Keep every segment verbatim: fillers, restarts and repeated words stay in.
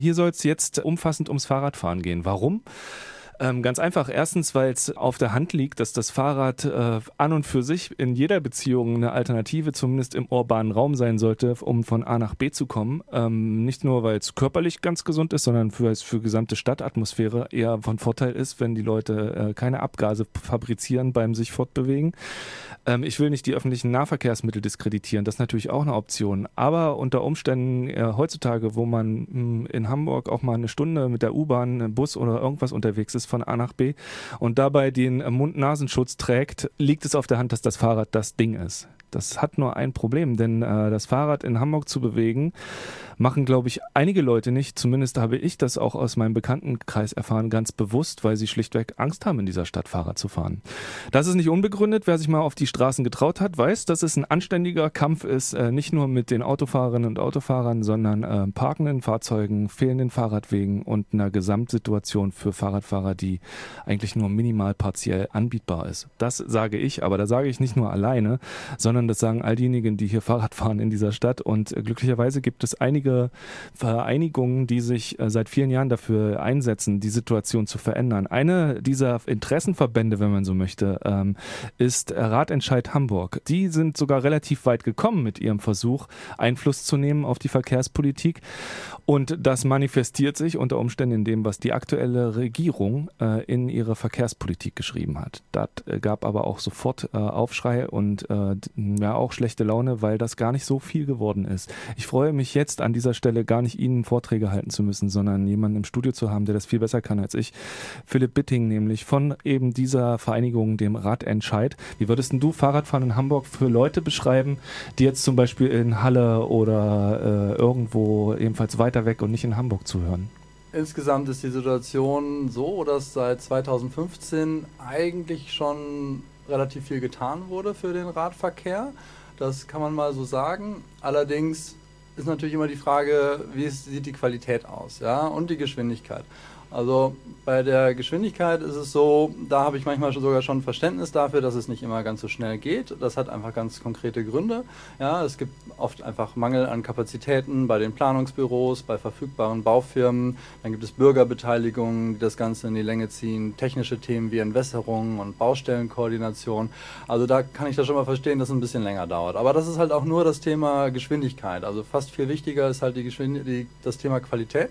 Hier soll es jetzt umfassend ums Fahrradfahren gehen. Warum? Ähm, ganz einfach. Erstens, weil es auf der Hand liegt, dass das Fahrrad äh, an und für sich in jeder Beziehung eine Alternative, zumindest im urbanen Raum sein sollte, um von A nach B zu kommen. Ähm, nicht nur, weil es körperlich ganz gesund ist, sondern weil es für gesamte Stadtatmosphäre eher von Vorteil ist, wenn die Leute äh, keine Abgase fabrizieren beim sich fortbewegen. Ähm, ich will nicht die öffentlichen Nahverkehrsmittel diskreditieren, das ist natürlich auch eine Option. Aber unter Umständen äh, heutzutage, wo man mh, in Hamburg auch mal eine Stunde mit der U-Bahn, Bus oder irgendwas unterwegs ist, von A nach B und dabei den Mund-Nasenschutz trägt, liegt es auf der Hand, dass das Fahrrad das Ding ist. Das hat nur ein Problem, denn äh, das Fahrrad in Hamburg zu bewegen, machen, glaube ich, einige Leute nicht. Zumindest habe ich das auch aus meinem Bekanntenkreis erfahren, ganz bewusst, weil sie schlichtweg Angst haben, in dieser Stadt Fahrrad zu fahren. Das ist nicht unbegründet. Wer sich mal auf die Straßen getraut hat, weiß, dass es ein anständiger Kampf ist, äh, nicht nur mit den Autofahrerinnen und Autofahrern, sondern äh, parkenden Fahrzeugen, fehlenden Fahrradwegen und einer Gesamtsituation für Fahrradfahrer, die eigentlich nur minimal partiell anbietbar ist. Das sage ich, aber da sage ich nicht nur alleine, sondern das sagen all diejenigen, die hier Fahrrad fahren in dieser Stadt. Und äh, glücklicherweise gibt es einige Vereinigungen, die sich äh, seit vielen Jahren dafür einsetzen, die Situation zu verändern. Eine dieser Interessenverbände, wenn man so möchte, ähm, ist Radentscheid Hamburg. Die sind sogar relativ weit gekommen mit ihrem Versuch, Einfluss zu nehmen auf die Verkehrspolitik. Und das manifestiert sich unter Umständen in dem, was die aktuelle Regierung äh, in ihre Verkehrspolitik geschrieben hat. Das äh, gab aber auch sofort äh, Aufschrei und äh, ja auch schlechte Laune, weil das gar nicht so viel geworden ist. Ich freue mich jetzt an dieser Stelle gar nicht Ihnen Vorträge halten zu müssen, sondern jemanden im Studio zu haben, der das viel besser kann als ich. Philipp Bitting nämlich von eben dieser Vereinigung, dem Radentscheid. Wie würdest denn du Fahrradfahren in Hamburg für Leute beschreiben, die jetzt zum Beispiel in Halle oder äh, irgendwo ebenfalls weiter weg und nicht in Hamburg zuhören? Insgesamt ist die Situation so, dass seit zweitausendfünfzehn eigentlich schon relativ viel getan wurde für den Radverkehr. Das kann man mal so sagen. Allerdings ist natürlich immer die Frage, wie sieht die Qualität aus, ja, und die Geschwindigkeit. Also bei der Geschwindigkeit ist es so, da habe ich manchmal schon sogar schon Verständnis dafür, dass es nicht immer ganz so schnell geht. Das hat einfach ganz konkrete Gründe. Ja, es gibt oft einfach Mangel an Kapazitäten bei den Planungsbüros, bei verfügbaren Baufirmen. Dann gibt es Bürgerbeteiligungen, die das Ganze in die Länge ziehen, technische Themen wie Entwässerung und Baustellenkoordination. Also da kann ich das schon mal verstehen, dass es ein bisschen länger dauert. Aber das ist halt auch nur das Thema Geschwindigkeit. Also fast viel wichtiger ist halt die Geschwind- die, das Thema Qualität.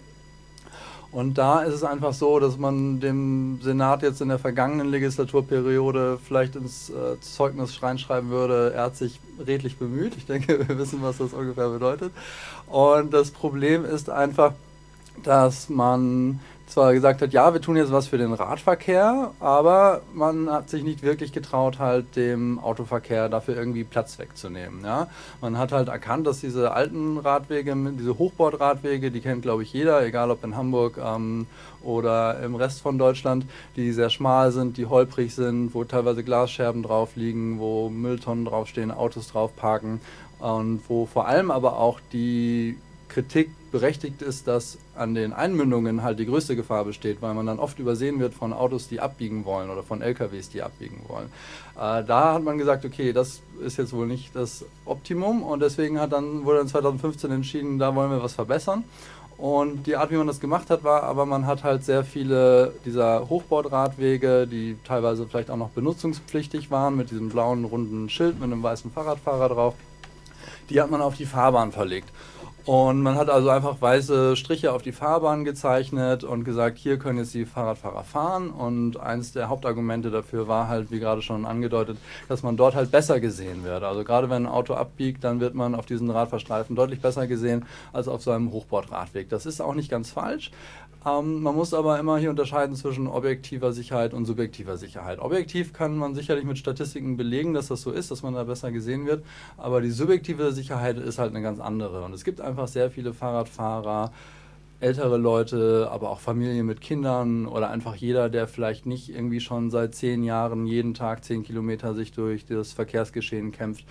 Und da ist es einfach so, dass man dem Senat jetzt in der vergangenen Legislaturperiode vielleicht ins äh, Zeugnis reinschreiben würde, er hat sich redlich bemüht. Ich denke, wir wissen, was das ungefähr bedeutet. Und das Problem ist einfach, dass man zwar gesagt hat, ja, wir tun jetzt was für den Radverkehr, aber man hat sich nicht wirklich getraut, halt dem Autoverkehr dafür irgendwie Platz wegzunehmen. Ja? Man hat halt erkannt, dass diese alten Radwege, diese Hochbordradwege, die kennt, glaube ich, jeder, egal ob in Hamburg ähm, oder im Rest von Deutschland, die sehr schmal sind, die holprig sind, wo teilweise Glasscherben drauf liegen, wo Mülltonnen draufstehen, Autos drauf parken und wo vor allem aber auch die Kritik berechtigt ist, dass an den Einmündungen halt die größte Gefahr besteht, weil man dann oft übersehen wird von Autos, die abbiegen wollen oder von L K Ws, die abbiegen wollen. Äh, da hat man gesagt, okay, das ist jetzt wohl nicht das Optimum und deswegen hat dann, wurde dann zweitausendfünfzehn entschieden, da wollen wir was verbessern. Und die Art, wie man das gemacht hat, war, aber man hat halt sehr viele dieser Hochbordradwege, die teilweise vielleicht auch noch benutzungspflichtig waren, mit diesem blauen, runden Schild mit einem weißen Fahrradfahrer drauf, die hat man auf die Fahrbahn verlegt. Und man hat also einfach weiße Striche auf die Fahrbahn gezeichnet und gesagt, hier können jetzt die Fahrradfahrer fahren. Und eines der Hauptargumente dafür war halt, wie gerade schon angedeutet, dass man dort halt besser gesehen wird. Also gerade wenn ein Auto abbiegt, dann wird man auf diesen Radfahrstreifen deutlich besser gesehen als auf so einem Hochbordradweg. Das ist auch nicht ganz falsch. Ähm, man muss aber immer hier unterscheiden zwischen objektiver Sicherheit und subjektiver Sicherheit. Objektiv kann man sicherlich mit Statistiken belegen, dass das so ist, dass man da besser gesehen wird, aber die subjektive Sicherheit ist halt eine ganz andere. Und es gibt einfach sehr viele Fahrradfahrer, ältere Leute, aber auch Familien mit Kindern oder einfach jeder, der vielleicht nicht irgendwie schon seit zehn Jahren jeden Tag zehn Kilometer sich durch das Verkehrsgeschehen kämpft.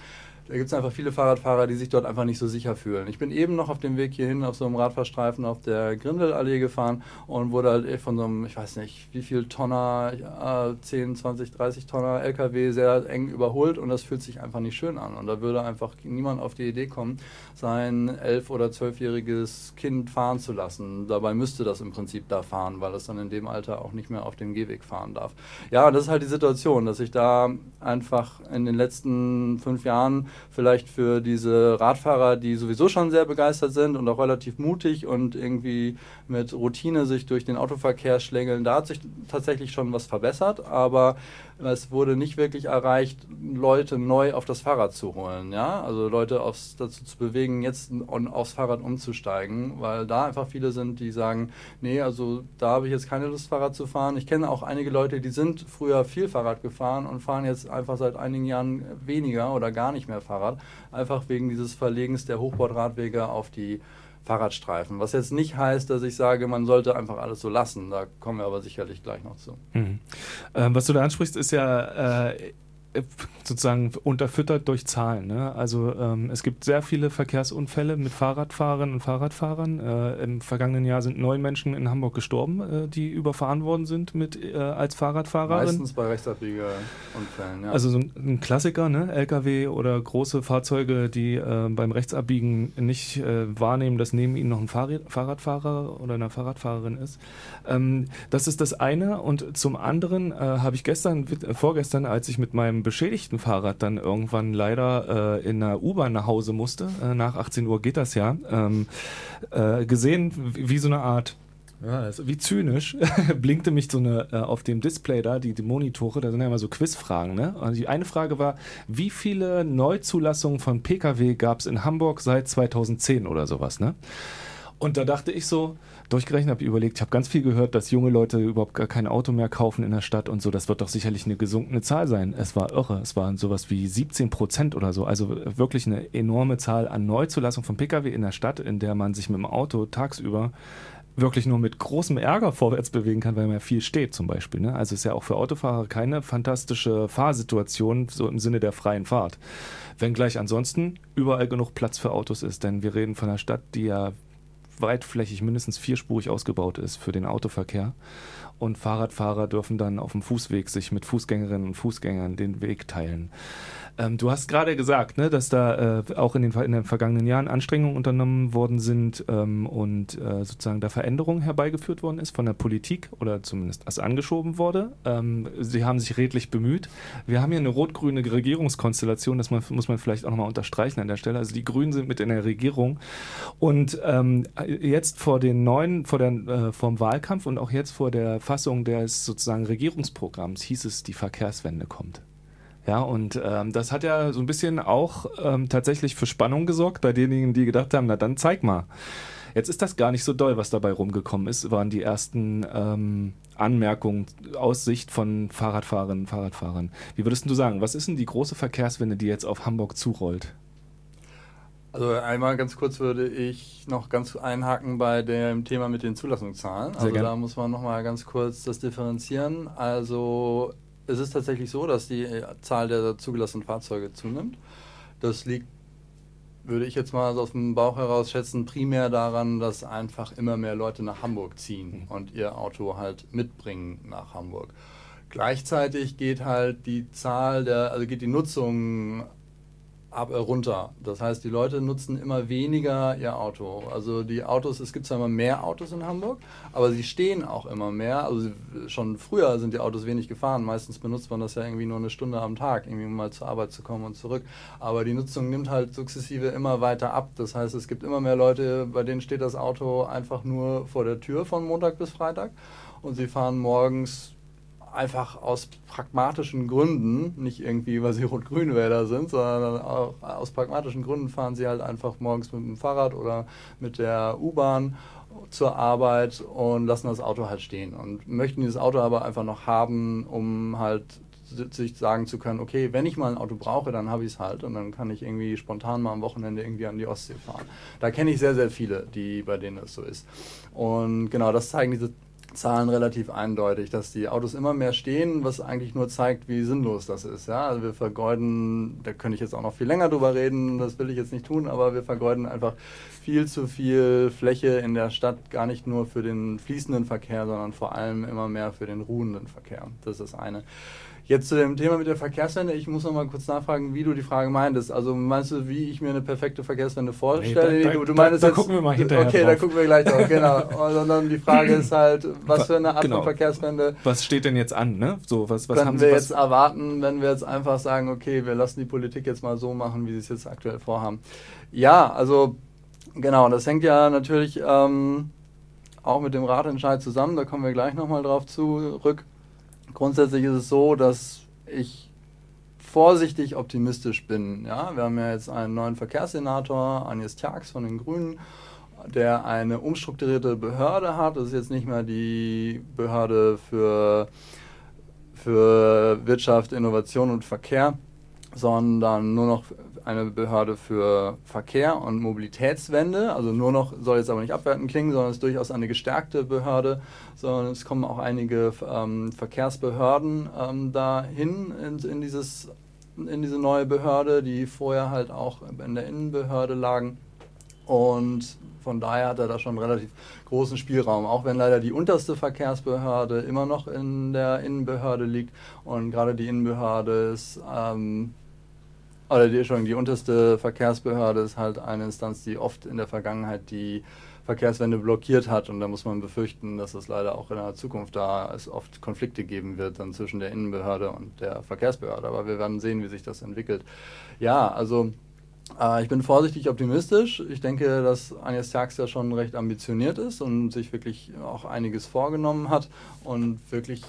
da gibt es einfach viele Fahrradfahrer, die sich dort einfach nicht so sicher fühlen. Ich bin eben noch auf dem Weg hierhin auf so einem Radfahrstreifen auf der Grindelallee gefahren und wurde halt von so einem, ich weiß nicht, wie viel Tonner, äh, zehn, zwanzig, dreißig Tonner L K W sehr eng überholt und das fühlt sich einfach nicht schön an. Und da würde einfach niemand auf die Idee kommen, sein elf- oder zwölfjähriges Kind fahren zu lassen. Dabei müsste das im Prinzip da fahren, weil es dann in dem Alter auch nicht mehr auf dem Gehweg fahren darf. Ja, das ist halt die Situation, dass ich da einfach in den letzten fünf Jahren vielleicht für diese Radfahrer, die sowieso schon sehr begeistert sind und auch relativ mutig und irgendwie mit Routine sich durch den Autoverkehr schlängeln, da hat sich tatsächlich schon was verbessert, aber es wurde nicht wirklich erreicht, Leute neu auf das Fahrrad zu holen, ja, also Leute aufs, dazu zu bewegen, jetzt on, aufs Fahrrad umzusteigen, weil da einfach viele sind, die sagen, nee, also da habe ich jetzt keine Lust, Fahrrad zu fahren. Ich kenne auch einige Leute, die sind früher viel Fahrrad gefahren und fahren jetzt einfach seit einigen Jahren weniger oder gar nicht mehr Fahrrad, einfach wegen dieses Verlegens der Hochbordradwege auf die Fahrradstreifen. Was jetzt nicht heißt, dass ich sage, man sollte einfach alles so lassen. Da kommen wir aber sicherlich gleich noch zu. Mhm. Ähm, was du da ansprichst, ist ja äh, sozusagen unterfüttert durch Zahlen. Ne? Also ähm, es gibt sehr viele Verkehrsunfälle mit Fahrradfahrerinnen und Fahrradfahrern. Äh, Im vergangenen Jahr sind neun Menschen in Hamburg gestorben, äh, die überfahren worden sind mit äh, als Fahrradfahrerin. Meistens bei Rechtsabbiegerunfällen, ja. Also so ein, ein Klassiker, ne? L K W oder große Fahrzeuge, die äh, beim Rechtsabbiegen nicht äh, wahrnehmen, dass neben ihnen noch ein Fahrrad, Fahrradfahrer oder eine Fahrradfahrerin ist. Ähm, das ist das eine. Und zum anderen äh, habe ich gestern, äh, vorgestern, als ich mit meinem beschädigten Fahrrad dann irgendwann leider äh, in einer U-Bahn nach Hause musste, äh, nach achtzehn Uhr geht das ja, ähm, äh, gesehen, wie, wie so eine Art, ja, also wie zynisch, blinkte mich so eine äh, auf dem Display da, die, die Monitore, da sind ja immer so Quizfragen, ne? Und die eine Frage war, wie viele Neuzulassungen von P K W gab es in Hamburg seit zweitausendzehn oder sowas, ne? Und da dachte ich so, durchgerechnet, habe ich überlegt, ich habe ganz viel gehört, dass junge Leute überhaupt gar kein Auto mehr kaufen in der Stadt und so. Das wird doch sicherlich eine gesunkene Zahl sein. Es war irre. Es waren sowas wie siebzehn Prozent oder so. Also wirklich eine enorme Zahl an Neuzulassung von P K W in der Stadt, in der man sich mit dem Auto tagsüber wirklich nur mit großem Ärger vorwärts bewegen kann, weil man ja viel steht zum Beispiel. Ne? Also ist ja auch für Autofahrer keine fantastische Fahrsituation, so im Sinne der freien Fahrt. Wenngleich ansonsten überall genug Platz für Autos ist, denn wir reden von einer Stadt, die ja weitflächig mindestens vierspurig ausgebaut ist für den Autoverkehr. Und Fahrradfahrer dürfen dann auf dem Fußweg sich mit Fußgängerinnen und Fußgängern den Weg teilen. Ähm, du hast gerade gesagt, ne, dass da äh, auch in den, in den vergangenen Jahren Anstrengungen unternommen worden sind ähm, und äh, sozusagen da Veränderungen herbeigeführt worden ist von der Politik oder zumindest als angeschoben wurde. Ähm, sie haben sich redlich bemüht. Wir haben hier eine rot-grüne Regierungskonstellation, das man, muss man vielleicht auch nochmal unterstreichen an der Stelle. Also die Grünen sind mit in der Regierung und ähm, jetzt vor den neuen, vor, der, äh, vor dem Wahlkampf und auch jetzt vor der Fassung des sozusagen Regierungsprogramms hieß es, die Verkehrswende kommt. Ja, und ähm, das hat ja so ein bisschen auch ähm, tatsächlich für Spannung gesorgt bei denjenigen, die gedacht haben, na dann zeig mal. Jetzt ist das gar nicht so doll, was dabei rumgekommen ist, waren die ersten ähm, Anmerkungen aus Sicht von Fahrradfahrerinnen und Fahrradfahrern. Wie würdest du sagen, was ist denn die große Verkehrswende, die jetzt auf Hamburg zurollt? Also einmal ganz kurz würde ich noch ganz einhaken bei dem Thema mit den Zulassungszahlen. Also da muss man nochmal ganz kurz das differenzieren. Also es ist tatsächlich so, dass die Zahl der zugelassenen Fahrzeuge zunimmt. Das liegt, würde ich jetzt mal so aus dem Bauch heraus schätzen, primär daran, dass einfach immer mehr Leute nach Hamburg ziehen und ihr Auto halt mitbringen nach Hamburg. Gleichzeitig geht halt die Zahl der, also geht die Nutzung ab, äh, runter. Das heißt, die Leute nutzen immer weniger ihr Auto. Also die Autos, es gibt zwar immer mehr Autos in Hamburg, aber sie stehen auch immer mehr. Also schon früher sind die Autos wenig gefahren. Meistens benutzt man das ja irgendwie nur eine Stunde am Tag, irgendwie um mal zur Arbeit zu kommen und zurück. Aber die Nutzung nimmt halt sukzessive immer weiter ab. Das heißt, es gibt immer mehr Leute, bei denen steht das Auto einfach nur vor der Tür von Montag bis Freitag und sie fahren morgens einfach aus pragmatischen Gründen, nicht irgendwie, weil sie Rot-Grün-Wähler sind, sondern auch aus pragmatischen Gründen fahren sie halt einfach morgens mit dem Fahrrad oder mit der U-Bahn zur Arbeit und lassen das Auto halt stehen und möchten dieses Auto aber einfach noch haben, um halt sich sagen zu können, okay, wenn ich mal ein Auto brauche, dann habe ich es halt und dann kann ich irgendwie spontan mal am Wochenende irgendwie an die Ostsee fahren. Da kenne ich sehr, sehr viele, die bei denen es so ist. Und genau, das zeigen diese Zahlen relativ eindeutig, dass die Autos immer mehr stehen, was eigentlich nur zeigt, wie sinnlos das ist. Ja? Also wir vergeuden, da könnte ich jetzt auch noch viel länger drüber reden, das will ich jetzt nicht tun, aber wir vergeuden einfach viel zu viel Fläche in der Stadt, gar nicht nur für den fließenden Verkehr, sondern vor allem immer mehr für den ruhenden Verkehr. Das ist das eine. Jetzt zu dem Thema mit der Verkehrswende. Ich muss noch mal kurz nachfragen, wie du die Frage meintest. Also meinst du, wie ich mir eine perfekte Verkehrswende vorstelle? Nee, da, du, du da, meinst da, jetzt, da gucken wir mal hinterher Okay, drauf. da gucken wir gleich drauf, genau. Sondern die Frage ist halt, was für eine Art genau. von Verkehrswende Was steht denn jetzt an? Ne? So, was, was können haben wir Sie, jetzt was erwarten, wenn wir jetzt einfach sagen, okay, wir lassen die Politik jetzt mal so machen, wie sie es jetzt aktuell vorhaben? Ja, also genau, das hängt ja natürlich ähm, auch mit dem Ratentscheid zusammen. Da kommen wir gleich nochmal drauf zurück. Grundsätzlich ist es so, dass ich vorsichtig optimistisch bin. Ja, wir haben ja jetzt einen neuen Verkehrssenator, Agnes Tjax von den Grünen, der eine umstrukturierte Behörde hat. Das ist jetzt nicht mehr die Behörde für, für Wirtschaft, Innovation und Verkehr, sondern nur noch eine Behörde für Verkehr und Mobilitätswende. Also nur noch, soll jetzt aber nicht abwertend klingen, sondern es ist durchaus eine gestärkte Behörde, sondern es kommen auch einige ähm, Verkehrsbehörden ähm, dahin in, in, dieses, in diese neue Behörde, die vorher halt auch in der Innenbehörde lagen. Und von daher hat er da schon relativ großen Spielraum, auch wenn leider die unterste Verkehrsbehörde immer noch in der Innenbehörde liegt. Und gerade die Innenbehörde ist, ähm, oder die, Entschuldigung, die unterste Verkehrsbehörde ist halt eine Instanz, die oft in der Vergangenheit die Verkehrswende blockiert hat. Und da muss man befürchten, dass es leider auch in der Zukunft da es oft Konflikte geben wird dann zwischen der Innenbehörde und der Verkehrsbehörde. Aber wir werden sehen, wie sich das entwickelt. Ja, also Äh, ich bin vorsichtig optimistisch. Ich denke, dass Agnes Tjax ja schon recht ambitioniert ist und sich wirklich auch einiges vorgenommen hat und wirklich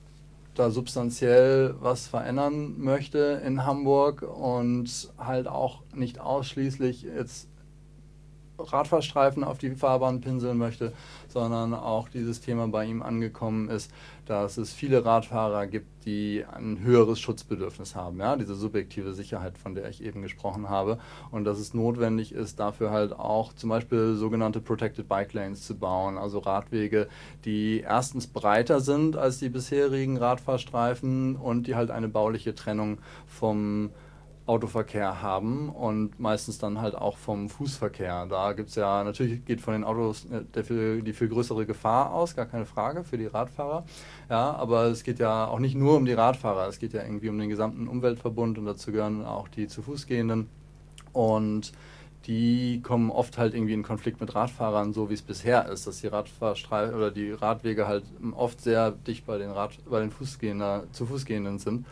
da substanziell was verändern möchte in Hamburg und halt auch nicht ausschließlich jetzt Radfahrstreifen auf die Fahrbahn pinseln möchte, sondern auch dieses Thema bei ihm angekommen ist, dass es viele Radfahrer gibt, die ein höheres Schutzbedürfnis haben, ja, diese subjektive Sicherheit, von der ich eben gesprochen habe, und dass es notwendig ist, dafür halt auch zum Beispiel sogenannte Protected Bike Lanes zu bauen, also Radwege, die erstens breiter sind als die bisherigen Radfahrstreifen und die halt eine bauliche Trennung vom Autoverkehr haben und meistens dann halt auch vom Fußverkehr. Da gibt es ja, natürlich geht von den Autos der viel, die viel größere Gefahr aus, gar keine Frage, für die Radfahrer. Ja, aber es geht ja auch nicht nur um die Radfahrer, es geht ja irgendwie um den gesamten Umweltverbund und dazu gehören auch die zu Fuß gehenden. Und die kommen oft halt irgendwie in Konflikt mit Radfahrern, so wie es bisher ist, dass die Radfahrstreifen oder die Radwege halt oft sehr dicht bei den, Rad, bei den Fußgänger, zu Fußgehenden sind.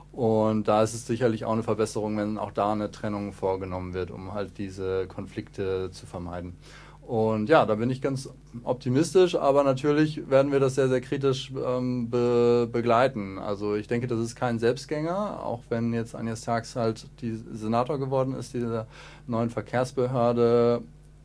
Und da ist es sicherlich auch eine Verbesserung, wenn auch da eine Trennung vorgenommen wird, um halt diese Konflikte zu vermeiden. Und ja, da bin ich ganz optimistisch, aber natürlich werden wir das sehr, sehr kritisch ähm, be- begleiten. Also ich denke, das ist kein Selbstgänger, auch wenn jetzt Agnes Tjax halt die Senator geworden ist, dieser neuen Verkehrsbehörde,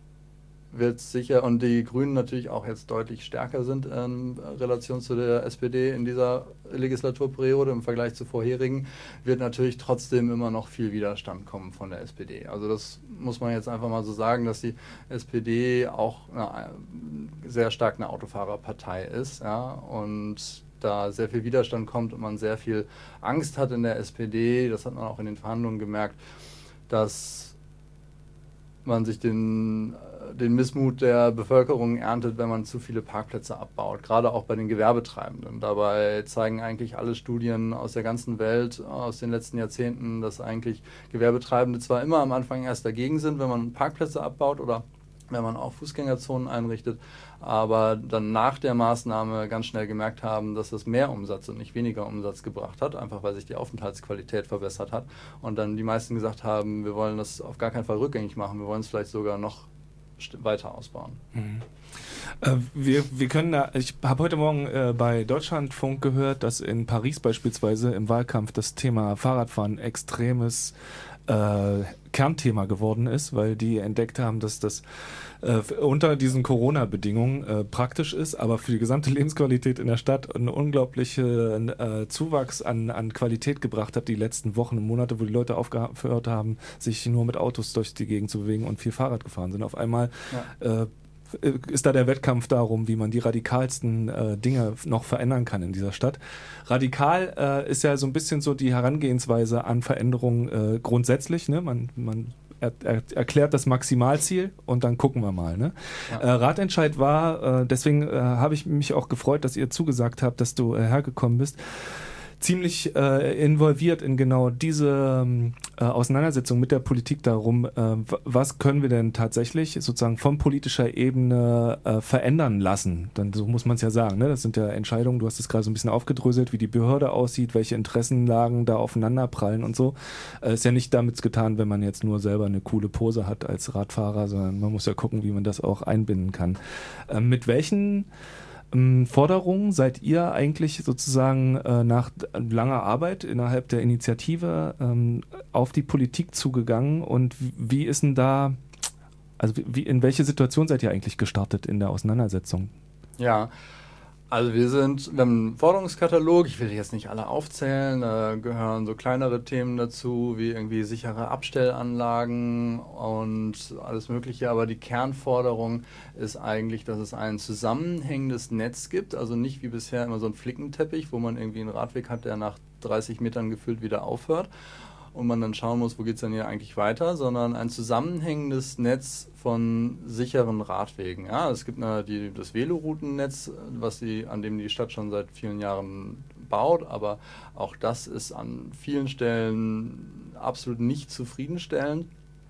wird sicher, und die Grünen natürlich auch jetzt deutlich stärker sind in Relation zu der S P D in dieser Legislaturperiode im Vergleich zu vorherigen, wird natürlich trotzdem immer noch viel Widerstand kommen von der S P D. Also das muss man jetzt einfach mal so sagen, dass die S P D auch na, sehr stark eine Autofahrerpartei ist, ja, und da sehr viel Widerstand kommt und man sehr viel Angst hat in der S P D, das hat man auch in den Verhandlungen gemerkt, dass man sich den, den Missmut der Bevölkerung erntet, wenn man zu viele Parkplätze abbaut, gerade auch bei den Gewerbetreibenden. Dabei zeigen eigentlich alle Studien aus der ganzen Welt, aus den letzten Jahrzehnten, dass eigentlich Gewerbetreibende zwar immer am Anfang erst dagegen sind, wenn man Parkplätze abbaut oder wenn man auch Fußgängerzonen einrichtet, aber dann nach der Maßnahme ganz schnell gemerkt haben, dass das mehr Umsatz und nicht weniger Umsatz gebracht hat, einfach weil sich die Aufenthaltsqualität verbessert hat und dann die meisten gesagt haben, wir wollen das auf gar keinen Fall rückgängig machen, wir wollen es vielleicht sogar noch weiter ausbauen. Mhm. Äh, wir, wir können da, ich habe heute Morgen äh, bei Deutschlandfunk gehört, dass in Paris beispielsweise im Wahlkampf das Thema Fahrradfahren extremes äh, Kernthema geworden ist, weil die entdeckt haben, dass das äh, unter diesen Corona-Bedingungen äh, praktisch ist, aber für die gesamte Lebensqualität in der Stadt einen unglaublichen äh, Zuwachs an, an Qualität gebracht hat, die letzten Wochen und Monate, wo die Leute aufgehört haben, sich nur mit Autos durch die Gegend zu bewegen und viel Fahrrad gefahren sind. Auf einmal ja. äh, ist da der Wettkampf darum, wie man die radikalsten äh, Dinge noch verändern kann in dieser Stadt. Radikal äh, ist ja so ein bisschen so die Herangehensweise an Veränderungen äh, grundsätzlich. Ne? Man, man er, er, erklärt das Maximalziel und dann gucken wir mal. Ne? Ja. Äh, Ratentscheid war, äh, deswegen äh, habe ich mich auch gefreut, dass ihr zugesagt habt, dass du äh, hergekommen bist, ziemlich äh, involviert in genau diese äh, Auseinandersetzung mit der Politik darum, äh, w- was können wir denn tatsächlich sozusagen von politischer Ebene äh, verändern lassen. Dann, so muss man es ja sagen. Ne? Das sind ja Entscheidungen, du hast es gerade so ein bisschen aufgedröselt, wie die Behörde aussieht, welche Interessenlagen da aufeinanderprallen und so. Äh, ist ja nicht damit getan, wenn man jetzt nur selber eine coole Pose hat als Radfahrer, sondern man muss ja gucken, wie man das auch einbinden kann. Äh, mit welchen Forderungen seid ihr eigentlich sozusagen äh, nach langer Arbeit innerhalb der Initiative ähm, auf die Politik zugegangen und wie ist denn da, also wie, in welche Situation seid ihr eigentlich gestartet in der Auseinandersetzung? Ja, also wir sind, wir haben einen Forderungskatalog, ich will jetzt nicht alle aufzählen, da gehören so kleinere Themen dazu, wie irgendwie sichere Abstellanlagen und alles Mögliche, aber die Kernforderung ist eigentlich, dass es ein zusammenhängendes Netz gibt, also nicht wie bisher immer so ein Flickenteppich, wo man irgendwie einen Radweg hat, der nach dreißig Metern gefühlt wieder aufhört und man dann schauen muss, wo geht es denn hier eigentlich weiter, sondern ein zusammenhängendes Netz von sicheren Radwegen. Ja, es gibt eine, die, das Veloroutennetz, was die, an dem die Stadt schon seit vielen Jahren baut, aber auch das ist an vielen Stellen absolut nicht zufriedenstellend.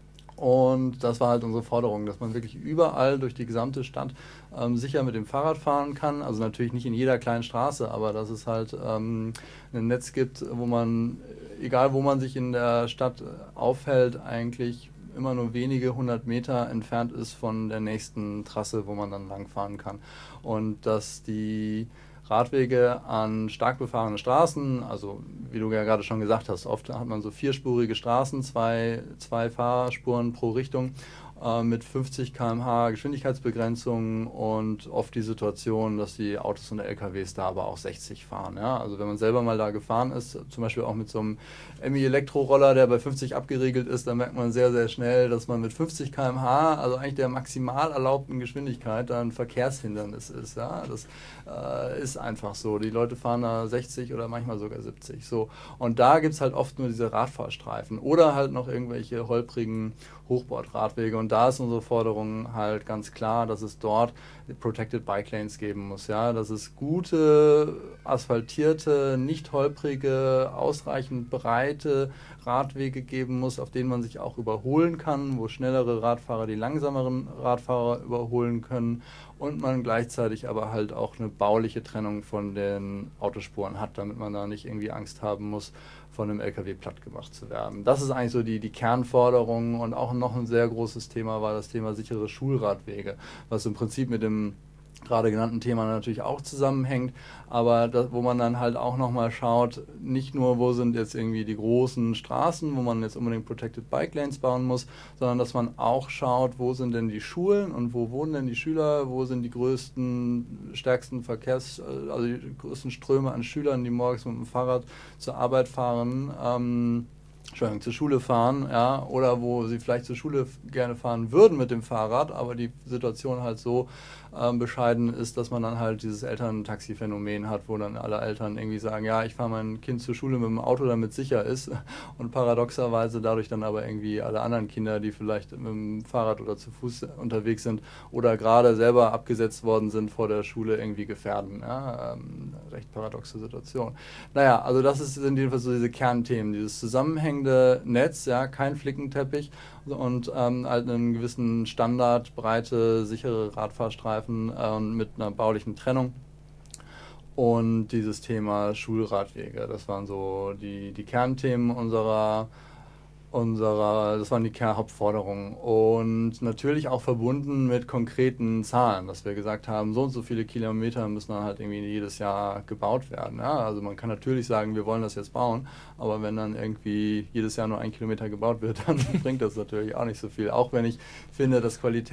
Und das war halt unsere Forderung, dass man wirklich überall durch die gesamte Stadt ähm, sicher mit dem Fahrrad fahren kann. Also natürlich nicht in jeder kleinen Straße, aber dass es halt ähm, ein Netz gibt, wo man, egal wo man sich in der Stadt aufhält, eigentlich immer nur wenige hundert Meter entfernt ist von der nächsten Trasse, wo man dann langfahren kann. Und dass die Radwege an stark befahrene Straßen, also wie du ja gerade schon gesagt hast, oft hat man so vierspurige Straßen, zwei, zwei Fahrspuren pro Richtung äh, mit fünfzig Kilometer pro Stunde Geschwindigkeitsbegrenzung und oft die Situation, dass die Autos und L K Ws da aber auch sechzig fahren. Ja? Also wenn man selber mal da gefahren ist, zum Beispiel auch mit so einem Emmi-Elektroroller, der bei fünfzig abgeriegelt ist, dann merkt man sehr, sehr schnell, dass man mit fünfzig Kilometer pro Stunde, also eigentlich der maximal erlaubten Geschwindigkeit, da ein Verkehrshindernis ist. Ja? Das äh, ist einfach so. Die Leute fahren da sechzig oder manchmal sogar siebzig. So. Und da gibt es halt oft nur diese Radfahrstreifen oder halt noch irgendwelche holprigen Hochbordradwege. Und da ist unsere Forderung halt ganz klar, dass es dort Protected Bike Lanes geben muss. Ja? Dass es gute, asphaltierte, nicht holprige, ausreichend breite Radwege geben muss, auf denen man sich auch überholen kann, wo schnellere Radfahrer die langsameren Radfahrer überholen können und man gleichzeitig aber halt auch eine bauliche Trennung von den Autospuren hat, damit man da nicht irgendwie Angst haben muss, von einem L K W platt gemacht zu werden. Das ist eigentlich so die, die Kernforderung und auch noch ein sehr großes Thema war das Thema sichere Schulradwege, was im Prinzip mit dem gerade genannten Thema natürlich auch zusammenhängt, aber das, wo man dann halt auch nochmal schaut, nicht nur wo sind jetzt irgendwie die großen Straßen, wo man jetzt unbedingt Protected Bike Lanes bauen muss, sondern dass man auch schaut, wo sind denn die Schulen und wo wohnen denn die Schüler, wo sind die größten, stärksten Verkehrs, also die größten Ströme an Schülern, die morgens mit dem Fahrrad zur Arbeit fahren, ähm, Entschuldigung, zur Schule fahren, ja, oder wo sie vielleicht zur Schule gerne fahren würden mit dem Fahrrad, aber die Situation halt so ähm, bescheiden ist, dass man dann halt dieses Elterntaxi-Phänomen hat, wo dann alle Eltern irgendwie sagen, ja, ich fahre mein Kind zur Schule mit dem Auto, damit es sicher ist und paradoxerweise dadurch dann aber irgendwie alle anderen Kinder, die vielleicht mit dem Fahrrad oder zu Fuß unterwegs sind oder gerade selber abgesetzt worden sind vor der Schule, irgendwie gefährden. Ja, ähm, recht paradoxe Situation. Naja, also das ist, sind jedenfalls so diese Kernthemen, dieses zusammenhängende Netz, ja, kein Flickenteppich und ähm, halt einen gewissen Standard, breite, sichere Radfahrstreifen äh, mit einer baulichen Trennung. Und dieses Thema Schulradwege, das waren so die, die Kernthemen unserer, unserer, das waren die Kernhauptforderungen. Und natürlich auch verbunden mit konkreten Zahlen, dass wir gesagt haben, so und so viele Kilometer müssen dann halt irgendwie jedes Jahr gebaut werden. Ja? Also man kann natürlich sagen, wir wollen das jetzt bauen, aber wenn dann irgendwie jedes Jahr nur ein Kilometer gebaut wird, dann bringt das natürlich auch nicht so viel. Auch wenn ich finde, dass Qualität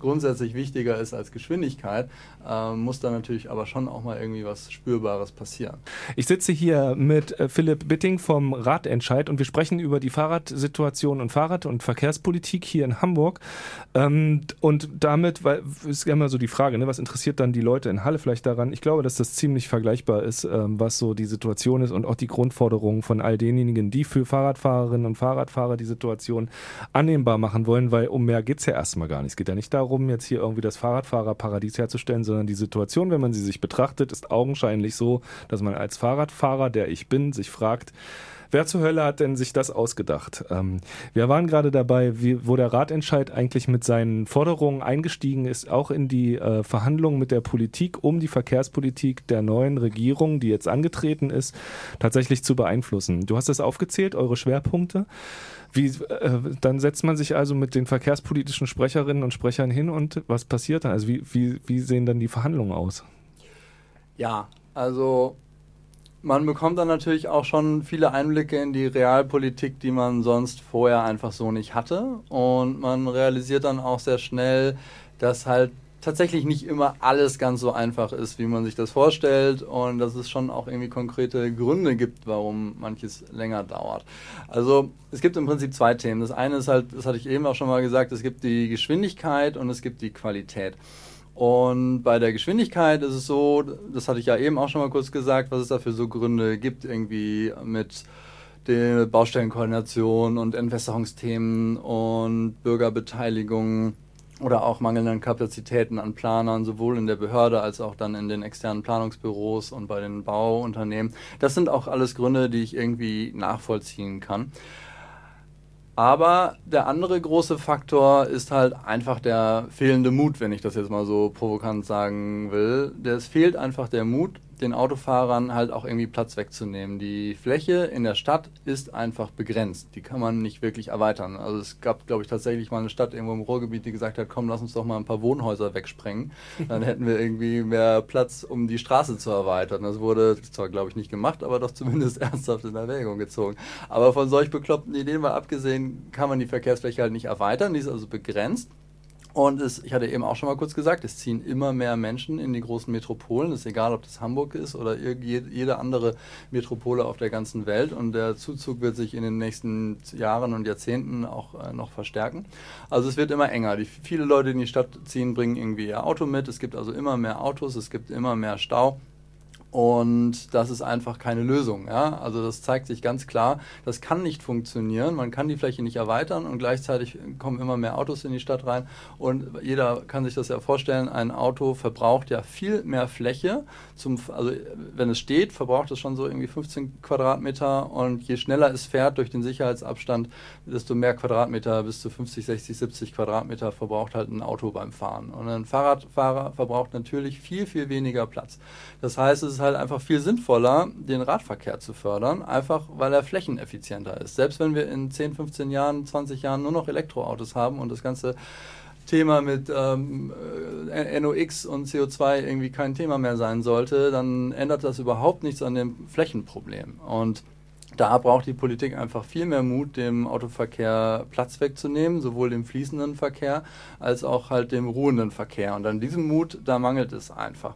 grundsätzlich wichtiger ist als Geschwindigkeit, äh, muss da natürlich aber schon auch mal irgendwie was Spürbares passieren. Ich sitze hier mit äh, Philipp Bitting vom Radentscheid und wir sprechen über die Fahrradsituation und Fahrrad- und Verkehrspolitik hier in Hamburg. Ähm, und damit, weil ist ja immer so die Frage, ne, was interessiert dann die Leute in Halle vielleicht daran? Ich glaube, dass das ziemlich vergleichbar ist, ähm, was so die Situation ist und auch die Grundforderungen von all denjenigen, die für Fahrradfahrerinnen und Fahrradfahrer die Situation annehmbar machen wollen, weil um mehr geht es ja erstmal gar nicht. Es geht ja nicht darum, jetzt hier irgendwie das Fahrradfahrerparadies herzustellen, sondern die Situation, wenn man sie sich betrachtet, ist augenscheinlich so, dass man als Fahrradfahrer, der ich bin, sich fragt, wer zur Hölle hat denn sich das ausgedacht? Ähm, wir waren gerade dabei, wie, wo der Radentscheid eigentlich mit seinen Forderungen eingestiegen ist, auch in die äh, Verhandlungen mit der Politik, um die Verkehrspolitik der neuen Regierung, die jetzt angetreten ist, tatsächlich zu beeinflussen. Du hast das aufgezählt, eure Schwerpunkte. Wie, äh, dann setzt man sich also mit den verkehrspolitischen Sprecherinnen und Sprechern hin und was passiert dann? Also wie, wie, wie sehen dann die Verhandlungen aus? Ja, also man bekommt dann natürlich auch schon viele Einblicke in die Realpolitik, die man sonst vorher einfach so nicht hatte. Und man realisiert dann auch sehr schnell, dass halt tatsächlich nicht immer alles ganz so einfach ist, wie man sich das vorstellt und dass es schon auch irgendwie konkrete Gründe gibt, warum manches länger dauert. Also es gibt im Prinzip zwei Themen. Das eine ist halt, das hatte ich eben auch schon mal gesagt, es gibt die Geschwindigkeit und es gibt die Qualität. Und bei der Geschwindigkeit ist es so, das hatte ich ja eben auch schon mal kurz gesagt, was es da für so Gründe gibt, irgendwie mit der Baustellenkoordination und Entwässerungsthemen und Bürgerbeteiligung oder auch mangelnden Kapazitäten an Planern, sowohl in der Behörde als auch dann in den externen Planungsbüros und bei den Bauunternehmen. Das sind auch alles Gründe, die ich irgendwie nachvollziehen kann. Aber der andere große Faktor ist halt einfach der fehlende Mut, wenn ich das jetzt mal so provokant sagen will. Es fehlt einfach der Mut, den Autofahrern halt auch irgendwie Platz wegzunehmen. Die Fläche in der Stadt ist einfach begrenzt. Die kann man nicht wirklich erweitern. Also es gab, glaube ich, tatsächlich mal eine Stadt irgendwo im Ruhrgebiet, die gesagt hat, komm, lass uns doch mal ein paar Wohnhäuser wegsprengen. Dann hätten wir irgendwie mehr Platz, um die Straße zu erweitern. Das wurde zwar, glaube ich, nicht gemacht, aber doch zumindest ernsthaft in Erwägung gezogen. Aber von solch bekloppten Ideen mal abgesehen, kann man die Verkehrsfläche halt nicht erweitern. Die ist also begrenzt. Und es, ich hatte eben auch schon mal kurz gesagt, es ziehen immer mehr Menschen in die großen Metropolen. Es ist egal, ob das Hamburg ist oder jede andere Metropole auf der ganzen Welt. Und der Zuzug wird sich in den nächsten Jahren und Jahrzehnten auch äh, noch verstärken. Also es wird immer enger. Die, viele Leute, die in die Stadt ziehen, bringen irgendwie ihr Auto mit. Es gibt also immer mehr Autos, es gibt immer mehr Stau. Und das ist einfach keine Lösung. Ja? Also das zeigt sich ganz klar, das kann nicht funktionieren. Man kann die Fläche nicht erweitern und gleichzeitig kommen immer mehr Autos in die Stadt rein. Und jeder kann sich das ja vorstellen, ein Auto verbraucht ja viel mehr Fläche. Zum, also wenn es steht, verbraucht es schon so irgendwie fünfzehn Quadratmeter. Und je schneller es fährt durch den Sicherheitsabstand, desto mehr Quadratmeter, bis zu fünfzig, sechzig, siebzig Quadratmeter verbraucht halt ein Auto beim Fahren. Und ein Fahrradfahrer verbraucht natürlich viel, viel weniger Platz. Das heißt, es ist halt einfach viel sinnvoller, den Radverkehr zu fördern, einfach weil er flächeneffizienter ist. Selbst wenn wir in zehn, fünfzehn Jahren, zwanzig Jahren nur noch Elektroautos haben und das ganze Thema mit ähm, N O x und C O zwei irgendwie kein Thema mehr sein sollte, dann ändert das überhaupt nichts an dem Flächenproblem. Und da braucht die Politik einfach viel mehr Mut, dem Autoverkehr Platz wegzunehmen, sowohl dem fließenden Verkehr als auch halt dem ruhenden Verkehr. Und an diesem Mut, da mangelt es einfach.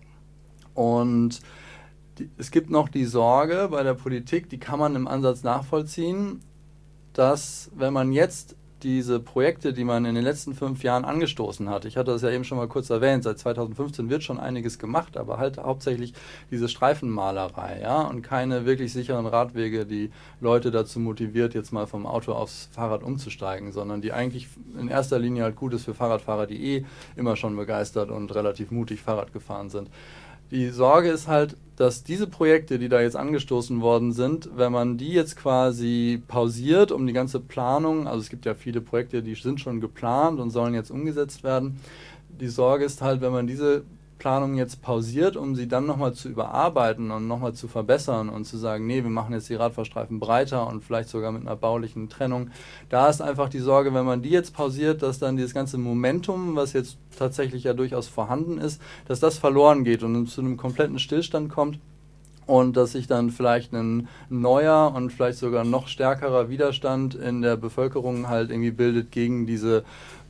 Und die, es gibt noch die Sorge bei der Politik, die kann man im Ansatz nachvollziehen, dass wenn man jetzt diese Projekte, die man in den letzten fünf Jahren angestoßen hat, ich hatte das ja eben schon mal kurz erwähnt, seit zweitausendfünfzehn wird schon einiges gemacht, aber halt hauptsächlich diese Streifenmalerei, ja, und keine wirklich sicheren Radwege, die Leute dazu motiviert, jetzt mal vom Auto aufs Fahrrad umzusteigen, sondern die eigentlich in erster Linie halt gut ist für Fahrradfahrer, die eh immer schon begeistert und relativ mutig Fahrrad gefahren sind. Die Sorge ist halt, dass diese Projekte, die da jetzt angestoßen worden sind, wenn man die jetzt quasi pausiert, um die ganze Planung, also es gibt ja viele Projekte, die sind schon geplant und sollen jetzt umgesetzt werden. Die Sorge ist halt, wenn man diese Planung jetzt pausiert, um sie dann nochmal zu überarbeiten und nochmal zu verbessern und zu sagen, nee, wir machen jetzt die Radfahrstreifen breiter und vielleicht sogar mit einer baulichen Trennung. Da ist einfach die Sorge, wenn man die jetzt pausiert, dass dann dieses ganze Momentum, was jetzt tatsächlich ja durchaus vorhanden ist, dass das verloren geht und zu einem kompletten Stillstand kommt und dass sich dann vielleicht ein neuer und vielleicht sogar noch stärkerer Widerstand in der Bevölkerung halt irgendwie bildet gegen diese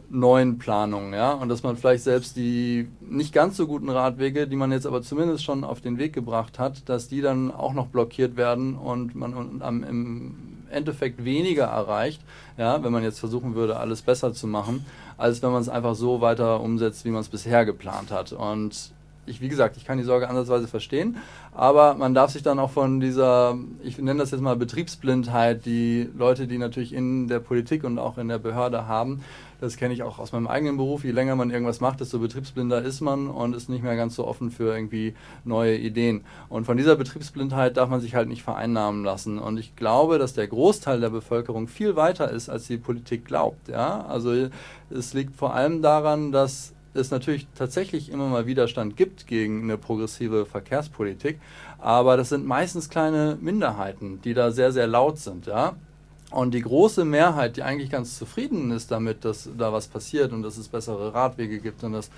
neuen Planungen, ja, und dass man vielleicht selbst die nicht ganz so guten Radwege, die man jetzt aber zumindest schon auf den Weg gebracht hat, dass die dann auch noch blockiert werden und man und am, im Endeffekt weniger erreicht, ja, wenn man jetzt versuchen würde, alles besser zu machen, als wenn man es einfach so weiter umsetzt, wie man es bisher geplant hat. Und ich, wie gesagt, ich kann die Sorge ansatzweise verstehen, aber man darf sich dann auch von dieser, ich nenne das jetzt mal Betriebsblindheit, die Leute, die natürlich in der Politik und auch in der Behörde haben, das kenne ich auch aus meinem eigenen Beruf, je länger man irgendwas macht, desto betriebsblinder ist man und ist nicht mehr ganz so offen für irgendwie neue Ideen. Und von dieser Betriebsblindheit darf man sich halt nicht vereinnahmen lassen. Und ich glaube, dass der Großteil der Bevölkerung viel weiter ist, als die Politik glaubt. Ja? Also es liegt vor allem daran, dass es natürlich tatsächlich immer mal Widerstand gibt gegen eine progressive Verkehrspolitik, aber das sind meistens kleine Minderheiten, die da sehr, sehr laut sind, ja. Und die große Mehrheit, die eigentlich ganz zufrieden ist damit, dass da was passiert und dass es bessere Radwege gibt und dass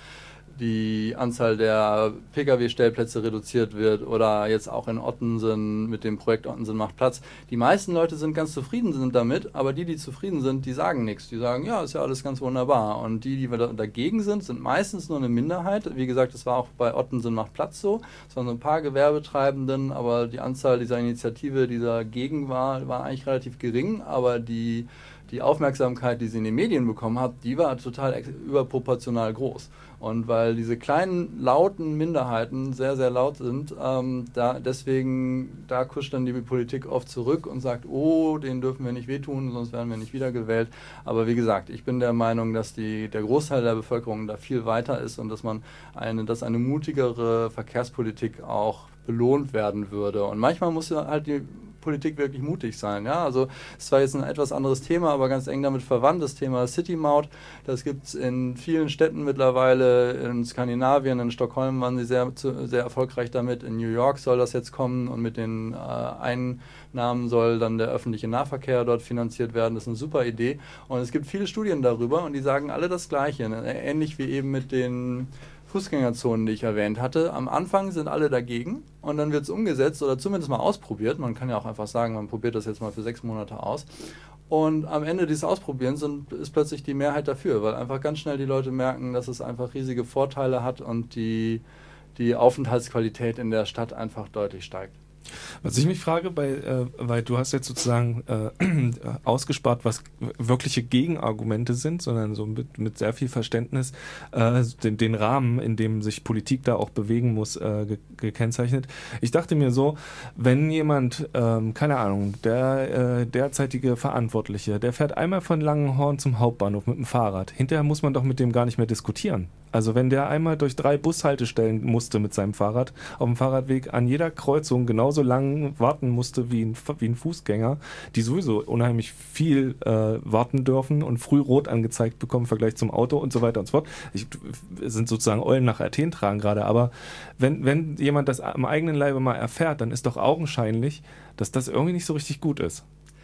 die Anzahl der Pkw-Stellplätze reduziert wird oder jetzt auch in Ottensen mit dem Projekt Ottensen macht Platz. Die meisten Leute sind ganz zufrieden sind damit, aber die, die zufrieden sind, die sagen nichts. Die sagen, ja, ist ja alles ganz wunderbar. Und die, die dagegen sind, sind meistens nur eine Minderheit. Wie gesagt, das war auch bei Ottensen macht Platz so. Es waren so ein paar Gewerbetreibenden, aber die Anzahl dieser Initiative, die dagegen war, war eigentlich relativ gering, aber die die Aufmerksamkeit, die sie in den Medien bekommen hat, die war total überproportional groß. Und weil diese kleinen, lauten Minderheiten sehr, sehr laut sind, ähm, da, deswegen, da kuscht dann die Politik oft zurück und sagt, oh, denen dürfen wir nicht wehtun, sonst werden wir nicht wiedergewählt. Aber wie gesagt, ich bin der Meinung, dass die, der Großteil der Bevölkerung da viel weiter ist und dass man eine, dass eine mutigere Verkehrspolitik auch belohnt werden würde. Und manchmal muss ja halt die Politik wirklich mutig sein. Ja? Also es war jetzt ein etwas anderes Thema, aber ganz eng damit verwandt, das Thema City Maut. Das gibt es in vielen Städten mittlerweile, in Skandinavien, in Stockholm waren sie sehr, sehr erfolgreich damit, in New York soll das jetzt kommen und mit den äh, Einnahmen soll dann der öffentliche Nahverkehr dort finanziert werden. Das ist eine super Idee und es gibt viele Studien darüber und die sagen alle das Gleiche, ähnlich wie eben mit den Fußgängerzonen, die ich erwähnt hatte. Am Anfang sind alle dagegen und dann wird es umgesetzt oder zumindest mal ausprobiert. Man kann ja auch einfach sagen, man probiert das jetzt mal für sechs Monate aus. Und am Ende dieses Ausprobierens sind, ist plötzlich die Mehrheit dafür, weil einfach ganz schnell die Leute merken, dass es einfach riesige Vorteile hat und die, die Aufenthaltsqualität in der Stadt einfach deutlich steigt. Was ich mich frage, bei, äh, weil du hast jetzt sozusagen äh, ausgespart, was wirkliche Gegenargumente sind, sondern so mit, mit sehr viel Verständnis äh, den, den Rahmen, in dem sich Politik da auch bewegen muss, äh, ge- gekennzeichnet. Ich dachte mir so, wenn jemand, ähm, keine Ahnung, der äh, derzeitige Verantwortliche, der fährt einmal von Langenhorn zum Hauptbahnhof mit dem Fahrrad. Hinterher muss man doch mit dem gar nicht mehr diskutieren. Also wenn der einmal durch drei Bushaltestellen musste mit seinem Fahrrad auf dem Fahrradweg, an jeder Kreuzung genauso lang warten musste wie ein, wie ein Fußgänger, die sowieso unheimlich viel äh, warten dürfen und früh rot angezeigt bekommen im Vergleich zum Auto und so weiter und so fort. Ich, sind sozusagen Eulen nach Athen tragen gerade, aber wenn, wenn jemand das am eigenen Leibe mal erfährt, dann ist doch augenscheinlich, dass das irgendwie nicht so richtig gut ist.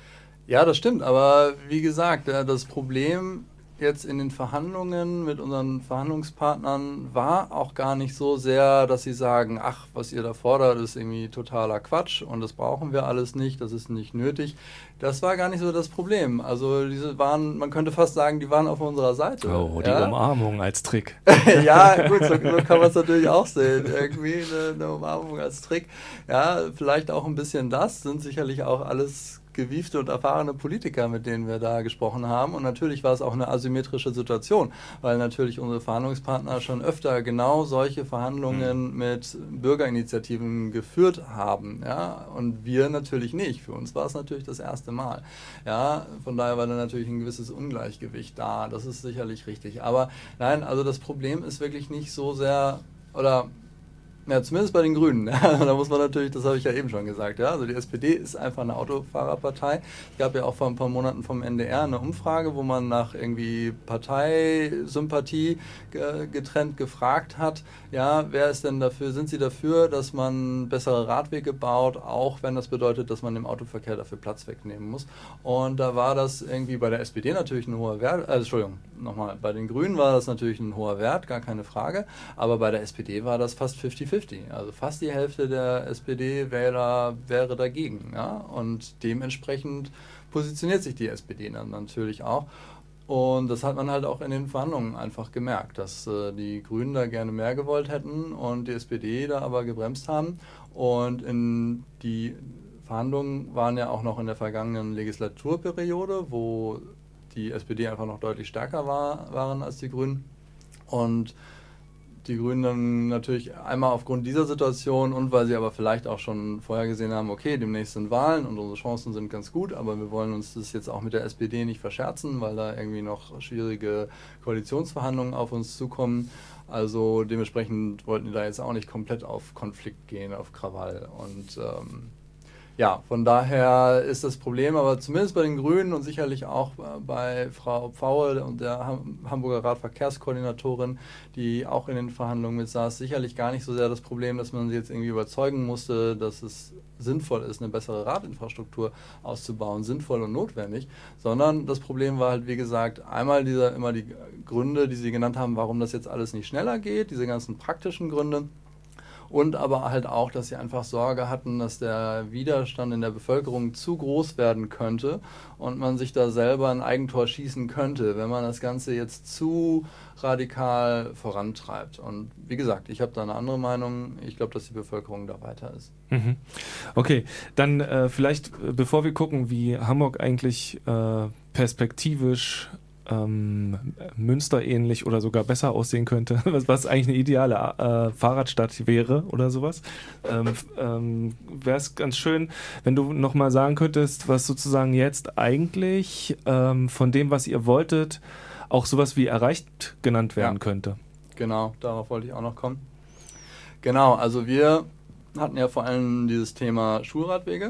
Ja, das stimmt, aber wie gesagt, das Problem jetzt in den Verhandlungen mit unseren Verhandlungspartnern war auch gar nicht so sehr, dass sie sagen, ach, was ihr da fordert, ist irgendwie totaler Quatsch und das brauchen wir alles nicht, das ist nicht nötig. Das war gar nicht so das Problem. Also diese waren, man könnte fast sagen, die waren auf unserer Seite. Oh, die ja? Umarmung als Trick. Ja, gut, so, so kann man es natürlich auch sehen. Irgendwie eine, eine Umarmung als Trick. Ja, vielleicht auch ein bisschen das, sind sicherlich auch alles gewiefte und erfahrene Politiker, mit denen wir da gesprochen haben. Und natürlich war es auch eine asymmetrische Situation, weil natürlich unsere Verhandlungspartner schon öfter genau solche Verhandlungen mhm. mit Bürgerinitiativen geführt haben. Ja? Und wir natürlich nicht. Für uns war es natürlich das erste Mal. Ja? Von daher war da natürlich ein gewisses Ungleichgewicht da. Das ist sicherlich richtig. Aber nein, also das Problem ist wirklich nicht so sehr, oder ja, zumindest bei den Grünen. Da muss man natürlich, das habe ich ja eben schon gesagt, ja, also die S P D ist einfach eine Autofahrerpartei. Es gab ja auch vor ein paar Monaten vom N D R eine Umfrage, wo man nach irgendwie Parteisympathie ge- getrennt gefragt hat, ja, wer ist denn dafür, sind Sie dafür, dass man bessere Radwege baut, auch wenn das bedeutet, dass man dem Autoverkehr dafür Platz wegnehmen muss. Und da war das irgendwie bei der S P D natürlich ein hoher Wert, äh, Entschuldigung, nochmal, bei den Grünen war das natürlich ein hoher Wert, gar keine Frage, aber bei der S P D war das fast fünfzig fünfzig. Also fast die Hälfte der S P D-Wähler wäre dagegen. Ja? Und dementsprechend positioniert sich die S P D dann natürlich auch. Und das hat man halt auch in den Verhandlungen einfach gemerkt, dass äh, die Grünen da gerne mehr gewollt hätten und die S P D da aber gebremst haben. Und in die Verhandlungen waren ja auch noch in der vergangenen Legislaturperiode, wo die S P D einfach noch deutlich stärker war, waren als die Grünen. Und die Grünen dann natürlich einmal aufgrund dieser Situation und weil sie aber vielleicht auch schon vorher gesehen haben, okay, demnächst sind Wahlen und unsere Chancen sind ganz gut, aber wir wollen uns das jetzt auch mit der S P D nicht verscherzen, weil da irgendwie noch schwierige Koalitionsverhandlungen auf uns zukommen. Also dementsprechend wollten die da jetzt auch nicht komplett auf Konflikt gehen, auf Krawall. Und ähm, ja, von daher ist das Problem, aber zumindest bei den Grünen und sicherlich auch bei Frau Pfaue und der Ham- Hamburger Radverkehrskoordinatorin, die auch in den Verhandlungen mit saß, sicherlich gar nicht so sehr das Problem, dass man sie jetzt irgendwie überzeugen musste, dass es sinnvoll ist, eine bessere Radinfrastruktur auszubauen, sinnvoll und notwendig, sondern das Problem war halt, wie gesagt, einmal dieser, immer die Gründe, die sie genannt haben, warum das jetzt alles nicht schneller geht, diese ganzen praktischen Gründe. Und aber halt auch, dass sie einfach Sorge hatten, dass der Widerstand in der Bevölkerung zu groß werden könnte und man sich da selber ein Eigentor schießen könnte, wenn man das Ganze jetzt zu radikal vorantreibt. Und wie gesagt, ich habe da eine andere Meinung. Ich glaube, dass die Bevölkerung da weiter ist. Mhm. Okay, dann äh, vielleicht, äh, bevor wir gucken, wie Hamburg eigentlich äh, perspektivisch Ähm, Münster-ähnlich oder sogar besser aussehen könnte, was, was eigentlich eine ideale äh, Fahrradstadt wäre oder sowas. Ähm, ähm, wäre es ganz schön, wenn du nochmal sagen könntest, was sozusagen jetzt eigentlich ähm, von dem, was ihr wolltet, auch sowas wie erreicht genannt werden ja. könnte. Genau, darauf wollte ich auch noch kommen. Genau, also wir hatten ja vor allem dieses Thema Schulradwege.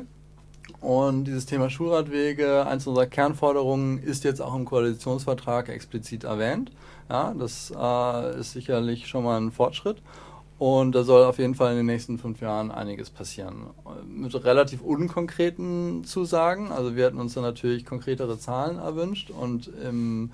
Und dieses Thema Schulradwege, eins unserer Kernforderungen, ist jetzt auch im Koalitionsvertrag explizit erwähnt. Ja, das äh, ist sicherlich schon mal ein Fortschritt. Und da soll auf jeden Fall in den nächsten fünf Jahren einiges passieren. Mit relativ unkonkreten Zusagen. Also wir hätten uns da natürlich konkretere Zahlen erwünscht. Und im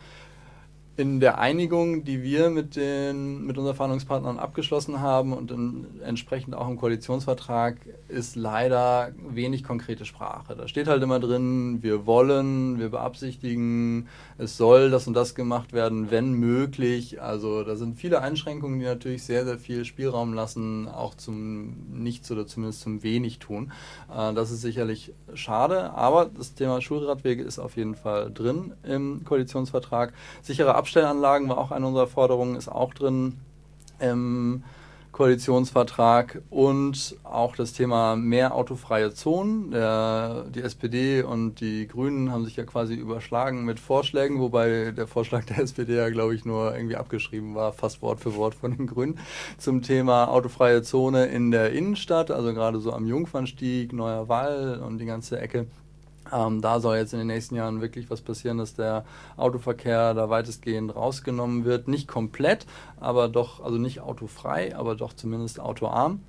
In der Einigung, die wir mit, den, mit unseren Verhandlungspartnern abgeschlossen haben und in, entsprechend auch im Koalitionsvertrag, ist leider wenig konkrete Sprache. Da steht halt immer drin, wir wollen, wir beabsichtigen, es soll das und das gemacht werden, wenn möglich. Also da sind viele Einschränkungen, die natürlich sehr, sehr viel Spielraum lassen, auch zum Nichts oder zumindest zum Wenig tun. Äh, das ist sicherlich schade, aber das Thema Schulradwege ist auf jeden Fall drin im Koalitionsvertrag. Sichere Abstellanlagen war auch eine unserer Forderungen, ist auch drin im Koalitionsvertrag und auch das Thema mehr autofreie Zonen. Der, die S P D und die Grünen haben sich ja quasi überschlagen mit Vorschlägen, wobei der Vorschlag der S P D ja, glaube ich, nur irgendwie abgeschrieben war, fast Wort für Wort von den Grünen, zum Thema autofreie Zone in der Innenstadt, also gerade so am Jungfernstieg, Neuer Wall und die ganze Ecke. Ähm, da soll jetzt in den nächsten Jahren wirklich was passieren, dass der Autoverkehr da weitestgehend rausgenommen wird. Nicht komplett, aber doch, also nicht autofrei, aber doch zumindest autoarm.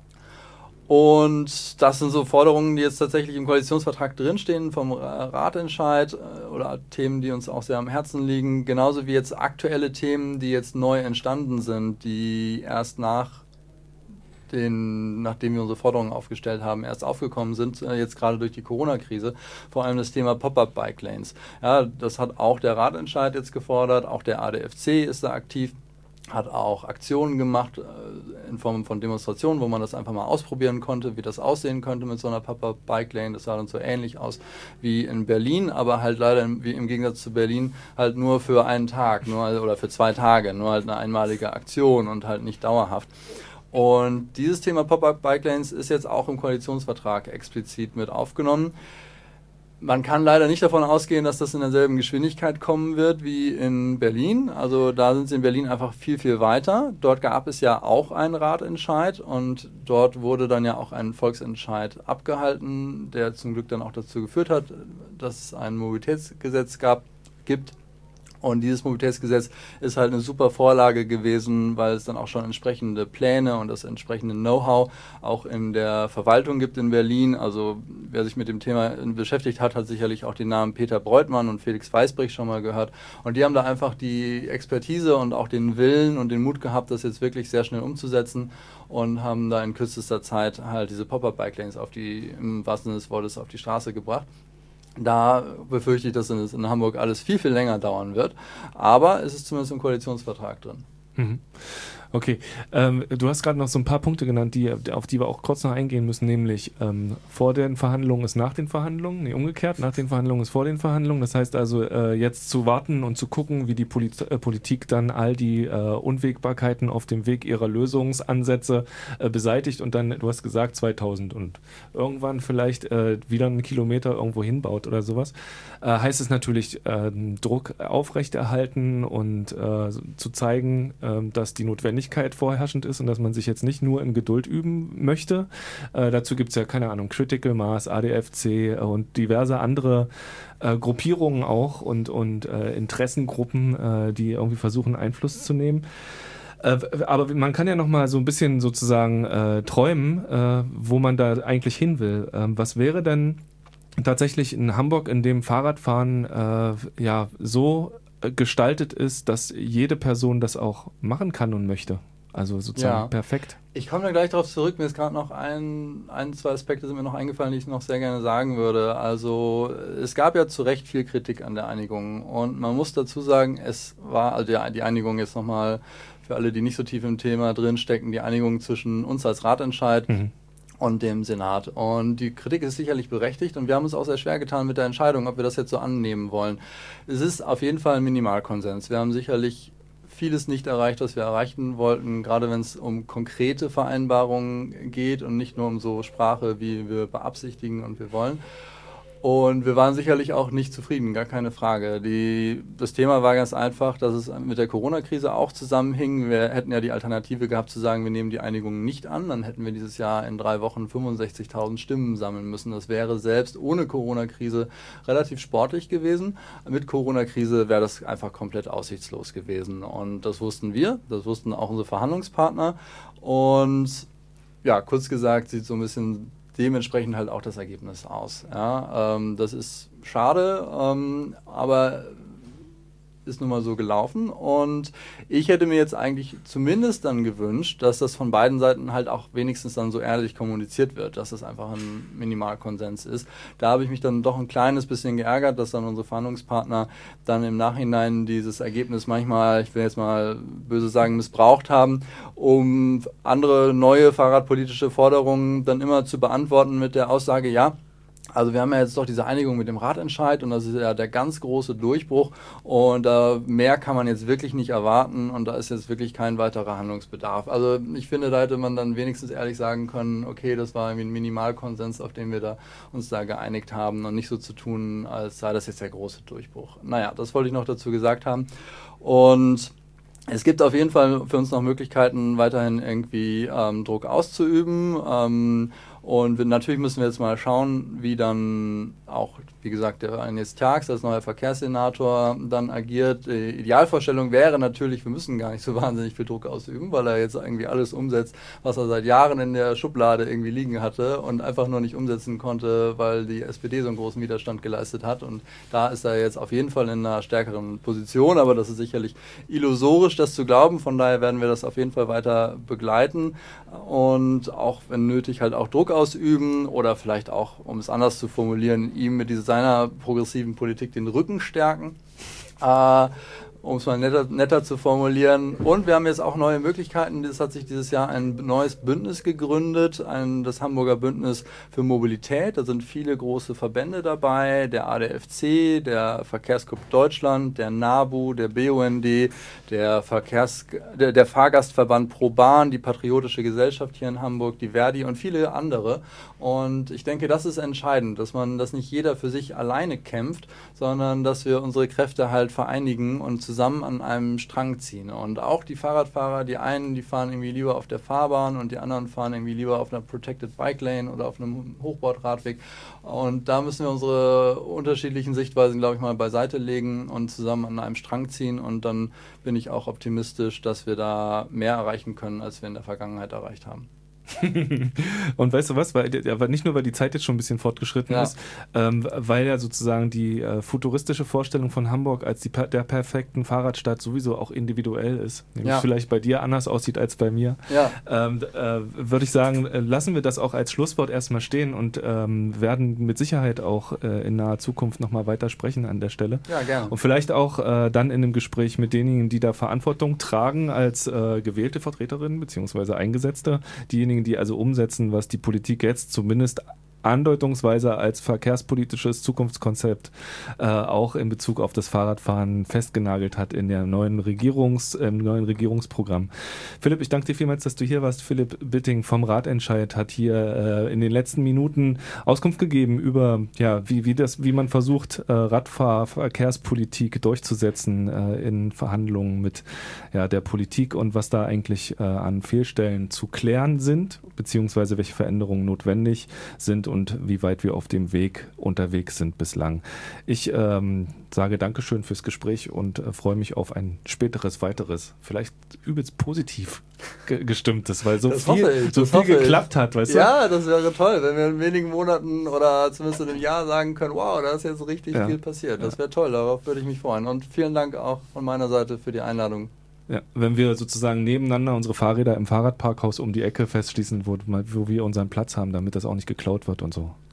Und das sind so Forderungen, die jetzt tatsächlich im Koalitionsvertrag drinstehen vom Ratentscheid äh, oder Themen, die uns auch sehr am Herzen liegen. Genauso wie jetzt aktuelle Themen, die jetzt neu entstanden sind, die erst nach Den, nachdem wir unsere Forderungen aufgestellt haben, erst aufgekommen sind, äh, jetzt gerade durch die Corona-Krise, vor allem das Thema Pop-up-Bike-Lanes. Ja, das hat auch der Ratentscheid jetzt gefordert, auch der A D F C ist da aktiv, hat auch Aktionen gemacht äh, in Form von Demonstrationen, wo man das einfach mal ausprobieren konnte, wie das aussehen könnte mit so einer Pop-up-Bike-Lane. Das sah dann so ähnlich aus wie in Berlin, aber halt leider im, wie im Gegensatz zu Berlin halt nur für einen Tag nur, oder für zwei Tage, nur halt eine einmalige Aktion und halt nicht dauerhaft. Und dieses Thema Pop-up-Bike-Lanes ist jetzt auch im Koalitionsvertrag explizit mit aufgenommen. Man kann leider nicht davon ausgehen, dass das in derselben Geschwindigkeit kommen wird wie in Berlin. Also da sind sie in Berlin einfach viel, viel weiter. Dort gab es ja auch einen Ratentscheid und dort wurde dann ja auch ein Volksentscheid abgehalten, der zum Glück dann auch dazu geführt hat, dass es ein Mobilitätsgesetz gab, gibt. Und dieses Mobilitätsgesetz ist halt eine super Vorlage gewesen, weil es dann auch schon entsprechende Pläne und das entsprechende Know-how auch in der Verwaltung gibt in Berlin. Also wer sich mit dem Thema beschäftigt hat, hat sicherlich auch den Namen Peter Breutmann und Felix Weisbrich schon mal gehört. Und die haben da einfach die Expertise und auch den Willen und den Mut gehabt, das jetzt wirklich sehr schnell umzusetzen und haben da in kürzester Zeit halt diese Pop-up-Bike-Lanes auf die, im wahrsten Sinne des Wortes, auf die Straße gebracht. Da befürchte ich, dass es in Hamburg alles viel, viel länger dauern wird. Aber es ist zumindest im Koalitionsvertrag drin. Mhm. Okay, ähm, du hast gerade noch so ein paar Punkte genannt, die, auf die wir auch kurz noch eingehen müssen, nämlich ähm, vor den Verhandlungen ist nach den Verhandlungen, nee, umgekehrt, nach den Verhandlungen ist vor den Verhandlungen. Das heißt also, äh, jetzt zu warten und zu gucken, wie die Polit- äh, Politik dann all die äh, Unwägbarkeiten auf dem Weg ihrer Lösungsansätze äh, beseitigt und dann, du hast gesagt, zweitausend und irgendwann vielleicht äh, wieder einen Kilometer irgendwo hinbaut oder sowas, äh, heißt es natürlich, äh, Druck aufrechterhalten und äh, zu zeigen, äh, dass die Notwendigkeit vorherrschend ist und dass man sich jetzt nicht nur in Geduld üben möchte. Äh, dazu gibt es ja, keine Ahnung, Critical Mass, A D F C äh, und diverse andere äh, Gruppierungen auch und, und äh, Interessengruppen, äh, die irgendwie versuchen, Einfluss zu nehmen. Äh, aber man kann ja noch mal so ein bisschen sozusagen äh, träumen, äh, wo man da eigentlich hin will. Ähm, was wäre denn tatsächlich in Hamburg, in dem Fahrradfahren äh, ja so gestaltet ist, dass jede Person das auch machen kann und möchte. Also sozusagen Ja. perfekt. Ich komme da gleich darauf zurück. Mir ist gerade noch ein, ein, zwei Aspekte sind mir noch eingefallen, die ich noch sehr gerne sagen würde. Also es gab ja zu Recht viel Kritik an der Einigung und man muss dazu sagen, es war, also die, die Einigung jetzt nochmal für alle, die nicht so tief im Thema drinstecken, die Einigung zwischen uns als Ratentscheid mhm. und dem Senat. Und die Kritik ist sicherlich berechtigt und wir haben uns auch sehr schwer getan mit der Entscheidung, ob wir das jetzt so annehmen wollen. Es ist auf jeden Fall ein Minimalkonsens. Wir haben sicherlich vieles nicht erreicht, was wir erreichen wollten, gerade wenn es um konkrete Vereinbarungen geht und nicht nur um so Sprache, wie wir beabsichtigen und wir wollen. Und wir waren sicherlich auch nicht zufrieden, gar keine Frage. Die, das Thema war ganz einfach, dass es mit der Corona-Krise auch zusammenhing. Wir hätten ja die Alternative gehabt zu sagen, wir nehmen die Einigung nicht an. Dann hätten wir dieses Jahr in drei Wochen fünfundsechzigtausend Stimmen sammeln müssen. Das wäre selbst ohne Corona-Krise relativ sportlich gewesen. Mit Corona-Krise wäre das einfach komplett aussichtslos gewesen. Und das wussten wir, das wussten auch unsere Verhandlungspartner. Und ja, kurz gesagt, sieht so ein bisschen dementsprechend halt auch das Ergebnis aus. Ja, ähm, das ist schade, ähm, aber ist nun mal so gelaufen und ich hätte mir jetzt eigentlich zumindest dann gewünscht, dass das von beiden Seiten halt auch wenigstens dann so ehrlich kommuniziert wird, dass das einfach ein Minimalkonsens ist. Da habe ich mich dann doch ein kleines bisschen geärgert, dass dann unsere Verhandlungspartner dann im Nachhinein dieses Ergebnis manchmal, ich will jetzt mal böse sagen, missbraucht haben, um andere neue fahrradpolitische Forderungen dann immer zu beantworten mit der Aussage, ja, also wir haben ja jetzt doch diese Einigung mit dem Ratentscheid und das ist ja der ganz große Durchbruch und äh, mehr kann man jetzt wirklich nicht erwarten und da ist jetzt wirklich kein weiterer Handlungsbedarf. Also ich finde, da hätte man dann wenigstens ehrlich sagen können, okay, das war irgendwie ein Minimalkonsens, auf den wir da, uns da geeinigt haben und nicht so zu tun, als sei das jetzt der große Durchbruch. Naja, das wollte ich noch dazu gesagt haben und es gibt auf jeden Fall für uns noch Möglichkeiten, weiterhin irgendwie ähm, Druck auszuüben. Ähm, und wir, natürlich müssen wir jetzt mal schauen, wie dann auch, wie gesagt, der Ines Tjax als neuer Verkehrssenator dann agiert. Die Idealvorstellung wäre natürlich, wir müssen gar nicht so wahnsinnig viel Druck ausüben, weil er jetzt irgendwie alles umsetzt, was er seit Jahren in der Schublade irgendwie liegen hatte und einfach nur nicht umsetzen konnte, weil die S P D so einen großen Widerstand geleistet hat. Und da ist er jetzt auf jeden Fall in einer stärkeren Position, aber das ist sicherlich illusorisch, das zu glauben. Von daher werden wir das auf jeden Fall weiter begleiten und auch, wenn nötig, halt auch Druck ausüben oder vielleicht auch, um es anders zu formulieren, ihm mit dieser, seiner progressiven Politik den Rücken stärken, äh, um es mal netter, netter zu formulieren. Und wir haben jetzt auch neue Möglichkeiten. Es hat sich dieses Jahr ein neues Bündnis gegründet, ein, das Hamburger Bündnis für Mobilität. Da sind viele große Verbände dabei, der A D F C, der Verkehrsclub Deutschland, der NABU, der B U N D, der, Verkehrs, der, der Fahrgastverband ProBahn, die Patriotische Gesellschaft hier in Hamburg, die Verdi und viele andere. Und ich denke, das ist entscheidend, dass man, dass nicht jeder für sich alleine kämpft, sondern dass wir unsere Kräfte halt vereinigen und zusammen an einem Strang ziehen. Und auch die Fahrradfahrer, die einen, die fahren irgendwie lieber auf der Fahrbahn und die anderen fahren irgendwie lieber auf einer Protected Bike Lane oder auf einem Hochbordradweg. Und da müssen wir unsere unterschiedlichen Sichtweisen, glaube ich, mal beiseite legen und zusammen an einem Strang ziehen. Und dann bin ich auch optimistisch, dass wir da mehr erreichen können, als wir in der Vergangenheit erreicht haben. Und weißt du was, weil, aber nicht nur, weil die Zeit jetzt schon ein bisschen fortgeschritten Ja. ist, ähm, weil ja sozusagen die äh, futuristische Vorstellung von Hamburg als die, per- der perfekten Fahrradstadt sowieso auch individuell ist, nämlich Ja. vielleicht bei dir anders aussieht als bei mir, Ja. ähm, äh, würde ich sagen, äh, lassen wir das auch als Schlusswort erstmal stehen und ähm, werden mit Sicherheit auch äh, in naher Zukunft nochmal weiter sprechen an der Stelle. Ja, gerne. Und vielleicht auch äh, dann in einem Gespräch mit denjenigen, die da Verantwortung tragen als äh, gewählte Vertreterinnen bzw. Eingesetzte, diejenigen, die also umsetzen, was die Politik jetzt zumindest andeutungsweise als verkehrspolitisches Zukunftskonzept äh, auch in Bezug auf das Fahrradfahren festgenagelt hat in der neuen Regierungs, im neuen Regierungsprogramm. Philipp, ich danke dir vielmals, dass du hier warst. Philipp Bitting vom Radentscheid hat hier äh, in den letzten Minuten Auskunft gegeben über, ja, wie, wie, das, wie man versucht, äh, Radfahrverkehrspolitik durchzusetzen äh, in Verhandlungen mit ja, der Politik und was da eigentlich äh, an Fehlstellen zu klären sind, beziehungsweise welche Veränderungen notwendig sind und wie weit wir auf dem Weg unterwegs sind bislang. Ich ähm, sage Dankeschön fürs Gespräch und äh, freue mich auf ein späteres, weiteres, vielleicht übelst positiv ge- gestimmtes, weil so Das viel, hoffe ich, so das viel hoffe ich. geklappt hat, weißt du? Ja, das wäre toll, wenn wir in wenigen Monaten oder zumindest in einem Jahr sagen können, wow, da ist jetzt richtig Ja. viel passiert. Das Ja. wäre toll, darauf würde ich mich freuen. Und vielen Dank auch von meiner Seite für die Einladung. Ja, wenn wir sozusagen nebeneinander unsere Fahrräder im Fahrradparkhaus um die Ecke festschließen, wo, wo wir unseren Platz haben, damit das auch nicht geklaut wird und so.